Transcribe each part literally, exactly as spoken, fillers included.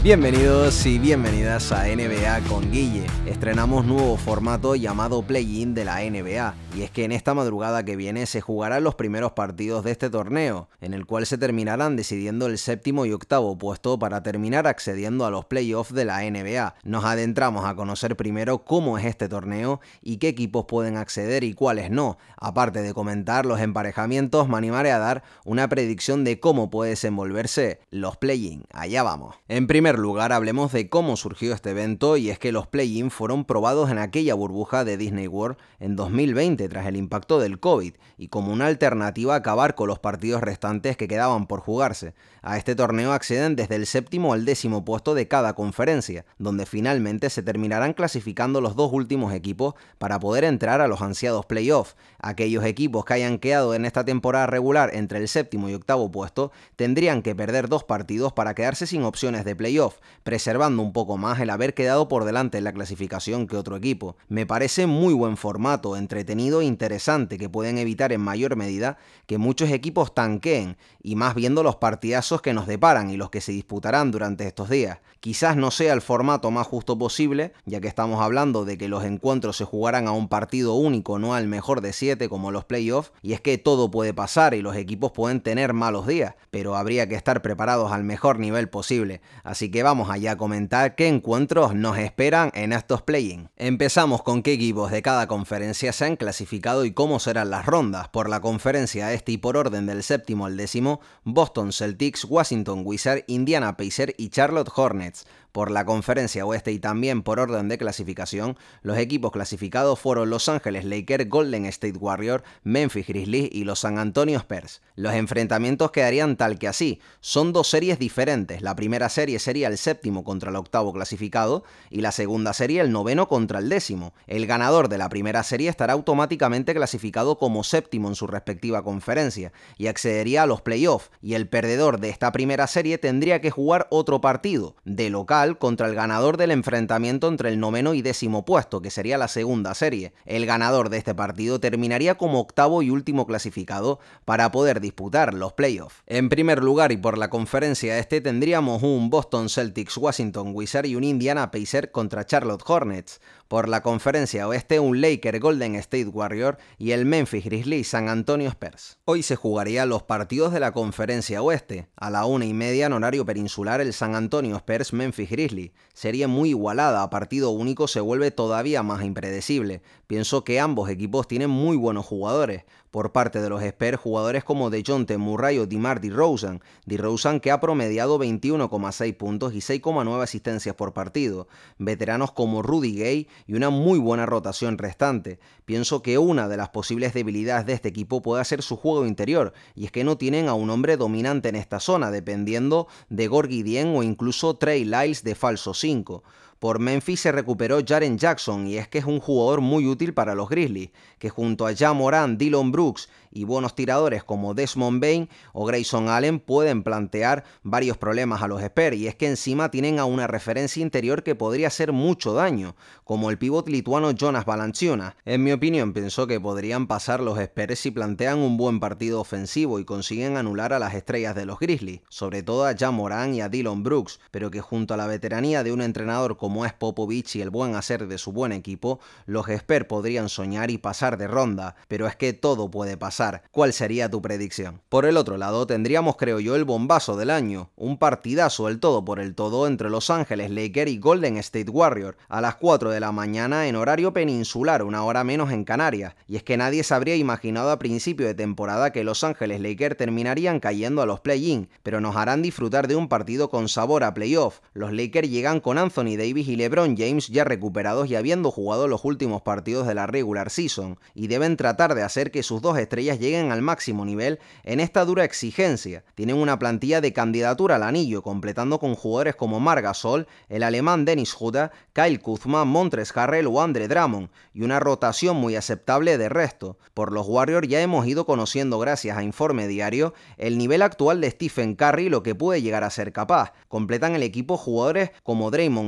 Bienvenidos y bienvenidas a N B A con Guille. Estrenamos nuevo formato llamado Play-In de la N B A, y es que en esta madrugada que viene se jugarán los primeros partidos de este torneo, en el cual se terminarán decidiendo el séptimo y octavo puesto para terminar accediendo a los playoffs de la N B A. Nos adentramos a conocer primero cómo es este torneo y qué equipos pueden acceder y cuáles no. Aparte de comentar los emparejamientos, me animaré a dar una predicción de cómo puede desenvolverse los Play-In. Allá vamos. En primer lugar, hablemos de cómo surgió este evento, y es que los Play-In fueron probados en aquella burbuja de Disney World en dos mil veinte tras el impacto del COVID, y como una alternativa a acabar con los partidos restantes que quedaban por jugarse. A este torneo acceden desde el séptimo al décimo puesto de cada conferencia, donde finalmente se terminarán clasificando los dos últimos equipos para poder entrar a los ansiados playoffs. Aquellos equipos que hayan quedado en esta temporada regular entre el séptimo y octavo puesto tendrían que perder dos partidos para quedarse sin opciones de playoff, preservando un poco más el haber quedado por delante en la clasificación que otro equipo. Me parece muy buen formato, entretenido e interesante, que pueden evitar en mayor medida que muchos equipos tanqueen, y más viendo los partidazos que nos deparan y los que se disputarán durante estos días. Quizás no sea el formato más justo posible, ya que estamos hablando de que los encuentros se jugarán a un partido único, no al mejor de siete como los playoffs, y es que todo puede pasar y los equipos pueden tener malos días, pero habría que estar preparados al mejor nivel posible. Así que vamos allá a comentar qué encuentros nos esperan en estos play-in. Empezamos con qué equipos de cada conferencia se han clasificado y cómo serán las rondas. Por la conferencia este y por orden del séptimo al décimo, Boston Celtics, Washington Wizards, Indiana Pacers y Charlotte Hornets. Por la conferencia oeste y también por orden de clasificación, los equipos clasificados fueron Los Ángeles Lakers, Golden State Warriors, Memphis Grizzlies y los San Antonio Spurs. Los enfrentamientos quedarían tal que así. Son dos series diferentes. La primera serie sería el séptimo contra el octavo clasificado y la segunda serie el noveno contra el décimo. El ganador de la primera serie estará automáticamente clasificado como séptimo en su respectiva conferencia y accedería a los playoffs, y el perdedor de esta primera serie tendría que jugar otro partido de local contra el ganador del enfrentamiento entre el noveno y décimo puesto, que sería la segunda serie. El ganador de este partido terminaría como octavo y último clasificado para poder disputar los playoffs. En primer lugar, y por la conferencia este, tendríamos un Boston Celtics, Washington Wizards y un Indiana Pacers contra Charlotte Hornets. Por la conferencia oeste, un Lakers Golden State Warriors y el Memphis Grizzlies San Antonio Spurs. Hoy se jugarían los partidos de la conferencia oeste. A la una y media en horario peninsular, el San Antonio Spurs Memphis Grizzlies. Serie muy igualada, a partido único se vuelve todavía más impredecible. Pienso que ambos equipos tienen muy buenos jugadores. Por parte de los Spurs, jugadores como DeJounte Murray o DeMar DeRozan. DeRozan, que ha promediado veintiuno coma seis puntos y seis coma nueve asistencias por partido. Veteranos como Rudy Gay y una muy buena rotación restante. Pienso que una de las posibles debilidades de este equipo puede ser su juego interior, y es que no tienen a un hombre dominante en esta zona, dependiendo de Gorgui Dieng o incluso Trey Lyles de falso cinco. Por Memphis se recuperó Jaren Jackson, y es que es un jugador muy útil para los Grizzlies, que junto a Ja Morant, Dillon Brooks y buenos tiradores como Desmond Bane o Grayson Allen pueden plantear varios problemas a los Spurs, y es que encima tienen a una referencia interior que podría hacer mucho daño, como el pívot lituano Jonas Valanciunas. En mi opinión, pienso que podrían pasar los Spurs si plantean un buen partido ofensivo y consiguen anular a las estrellas de los Grizzlies, sobre todo a Ja Morant y a Dillon Brooks, pero que junto a la veteranía de un entrenador como como es Popovich y el buen hacer de su buen equipo, los Spurs podrían soñar y pasar de ronda, pero es que todo puede pasar. ¿Cuál sería tu predicción? Por el otro lado, tendríamos, creo yo, el bombazo del año, un partidazo del todo por el todo entre Los Ángeles Lakers y Golden State Warriors, a las cuatro de la mañana en horario peninsular, una hora menos en Canarias, y es que nadie se habría imaginado a principio de temporada que Los Ángeles Lakers terminarían cayendo a los play-in, pero nos harán disfrutar de un partido con sabor a playoff. Los Lakers llegan con Anthony Davis y LeBron James ya recuperados y habiendo jugado los últimos partidos de la regular season, y deben tratar de hacer que sus dos estrellas lleguen al máximo nivel en esta dura exigencia. Tienen una plantilla de candidatura al anillo, completando con jugadores como Marc Gasol, el alemán Dennis Schröder, Kyle Kuzma, Montrezl Harrell o Andre Drummond, y una rotación muy aceptable de resto. Por los Warriors ya hemos ido conociendo, gracias a Informe Diario, el nivel actual de Stephen Curry y lo que puede llegar a ser capaz. Completan el equipo jugadores como Draymond Green,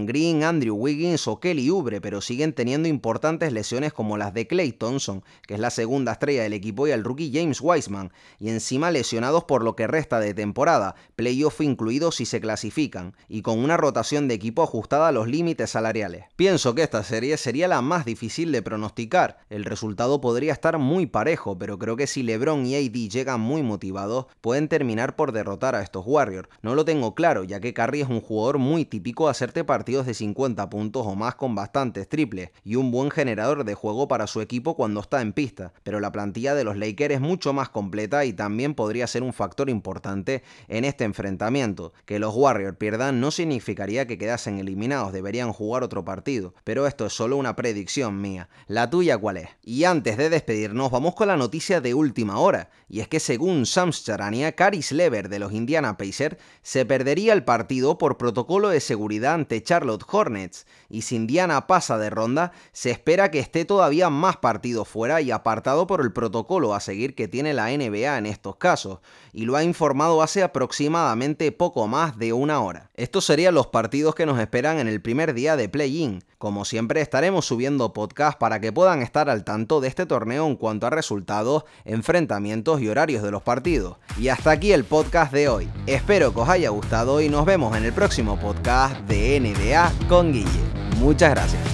bien Andrew Wiggins o Kelly Oubre, pero siguen teniendo importantes lesiones como las de Klay Thompson, que es la segunda estrella del equipo, y el rookie James Wiseman, y encima lesionados por lo que resta de temporada, playoff incluidos si se clasifican, y con una rotación de equipo ajustada a los límites salariales. Pienso que esta serie sería la más difícil de pronosticar. El resultado podría estar muy parejo, pero creo que si LeBron y A D llegan muy motivados, pueden terminar por derrotar a estos Warriors. No lo tengo claro, ya que Curry es un jugador muy típico de hacerte partidos de cincuenta puntos o más con bastantes triples, y un buen generador de juego para su equipo cuando está en pista, pero la plantilla de los Lakers es mucho más completa y también podría ser un factor importante en este enfrentamiento. Que los Warriors pierdan no significaría que quedasen eliminados, deberían jugar otro partido, pero esto es solo una predicción mía. ¿La tuya cuál es? Y antes de despedirnos, vamos con la noticia de última hora, y es que según Shams Charania, Caris LeVert de los Indiana Pacers se perdería el partido por protocolo de seguridad ante Charlotte Hornets, y si Indiana pasa de ronda, se espera que esté todavía más partidos fuera y apartado por el protocolo a seguir que tiene la N B A en estos casos, y lo ha informado hace aproximadamente poco más de una hora. Estos serían los partidos que nos esperan en el primer día de play-in. Como siempre, estaremos subiendo podcast para que puedan estar al tanto de este torneo en cuanto a resultados, enfrentamientos y horarios de los partidos. Y hasta aquí el podcast de hoy. Espero que os haya gustado y nos vemos en el próximo podcast de N B A con Guille. Muchas gracias.